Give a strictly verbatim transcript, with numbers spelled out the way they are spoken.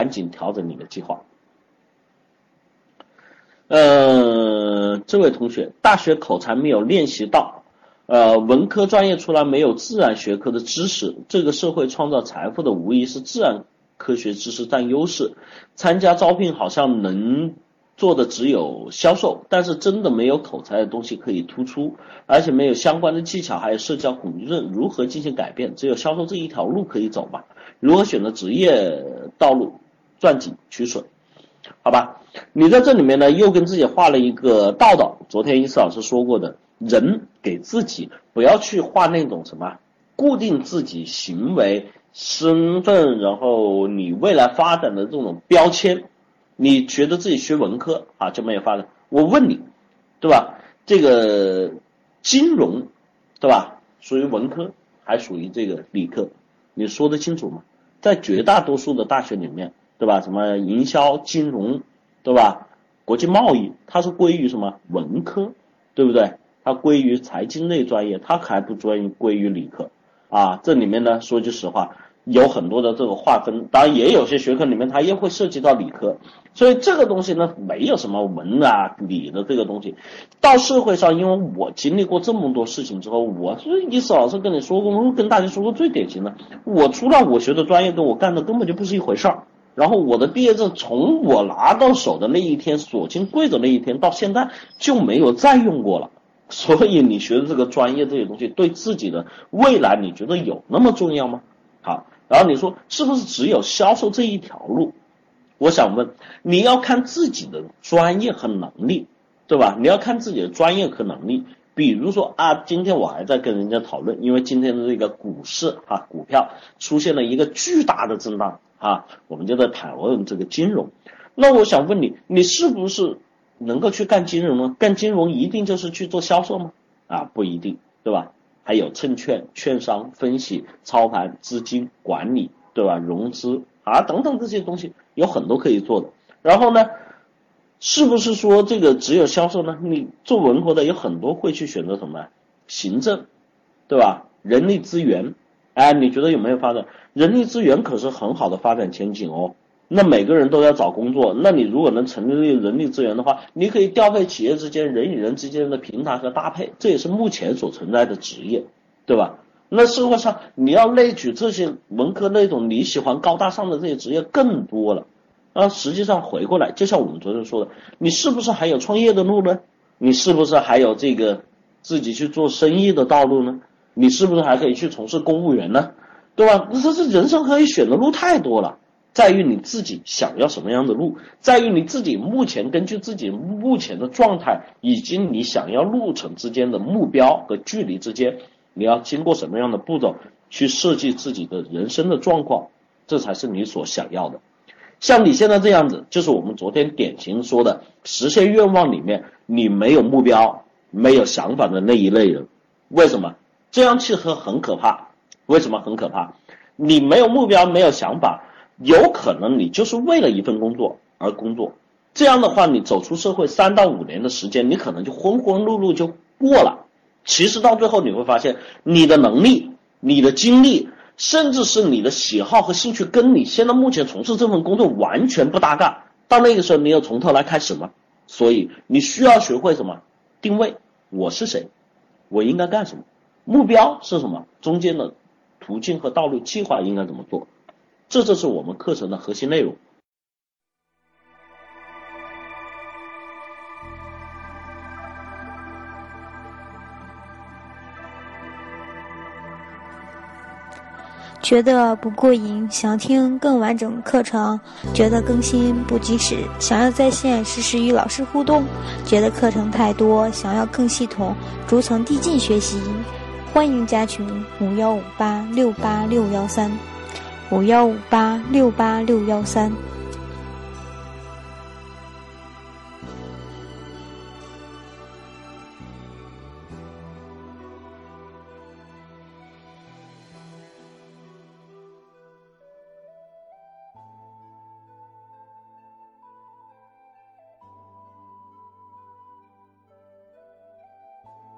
赶紧调整你的计划。呃，这位同学，大学口才没有练习到，呃，文科专业出来没有自然学科的知识，这个社会创造财富的无疑是自然科学知识占优势。参加招聘好像能做的只有销售，但是真的没有口才的东西可以突出，而且没有相关的技巧，还有社交恐惧症，如何进行改变？只有销售这一条路可以走吧？如何选择职业道路？赚紧取水，好吧？你在这里面呢，又跟自己画了一个道道。昨天伊思老师说过的，人给自己不要去画那种什么固定自己行为、身份，然后你未来发展的这种标签。你觉得自己学文科啊就没有发展？我问你，对吧？这个金融，对吧？属于文科还属于这个理科？你说得清楚吗？在绝大多数的大学里面，对吧？什么营销、金融，对吧？国际贸易，它是归于什么文科，对不对？它归于财经类专业，它还不专归于理科啊。这里面呢，说句实话，有很多的这个划分，当然也有些学科里面它也会涉及到理科，所以这个东西呢，没有什么文啊理的这个东西。到社会上，因为我经历过这么多事情之后，我是伊思老师跟你说过，跟大家说过最典型的，我除了我学的专业跟我干的根本就不是一回事儿。然后我的毕业证从我拿到手的那一天，锁进柜子那一天到现在就没有再用过了。所以你学的这个专业这些东西，对自己的未来你觉得有那么重要吗？好，然后你说是不是只有销售这一条路？我想问，你要看自己的专业和能力，对吧？你要看自己的专业和能力。比如说啊，今天我还在跟人家讨论，因为今天的这个股市啊，股票出现了一个巨大的震荡啊，我们就在讨论这个金融。那我想问你，你是不是能够去干金融呢？干金融一定就是去做销售吗？啊，不一定，对吧？还有证券、券商、分析、操盘、资金管理，对吧？融资啊等等这些东西有很多可以做的。然后呢，是不是说这个只有销售呢？你做文科的有很多会去选择什么行政，对吧？人力资源，哎，你觉得有没有发展？人力资源可是很好的发展前景哦。那每个人都要找工作，那你如果能成立人力资源的话，你可以调配企业之间人与人之间的平台和搭配，这也是目前所存在的职业，对吧？那社会上你要类举这些文科那种你喜欢高大上的这些职业更多了。啊，实际上回过来，就像我们昨天说的，你是不是还有创业的路呢？你是不是还有这个自己去做生意的道路呢？你是不是还可以去从事公务员呢？对吧？那这是人生可以选的路太多了，在于你自己想要什么样的路，在于你自己目前根据自己目前的状态以及你想要路程之间的目标和距离之间，你要经过什么样的步骤去设计自己的人生的状况，这才是你所想要的。像你现在这样子，就是我们昨天典型说的实现愿望里面你没有目标没有想法的那一类人。为什么？这样其实很可怕。为什么很可怕？你没有目标没有想法，有可能你就是为了一份工作而工作，这样的话你走出社会三到五年的时间，你可能就浑浑碌碌就过了。其实到最后你会发现，你的能力你的精力甚至是你的喜好和兴趣跟你现在目前从事这份工作完全不搭嘎，到那个时候你要从头来开始吗？所以你需要学会什么？定位，我是谁，我应该干什么，目标是什么，中间的途径和道路计划应该怎么做，这就是我们课程的核心内容。 觉得不过瘾，想听更完整课程，觉得更新不及时，想要在线实时与老师互动，觉得课程太多，想要更系统逐层递进学习，欢迎加群五幺五八六八六幺三五幺五八六八六幺三。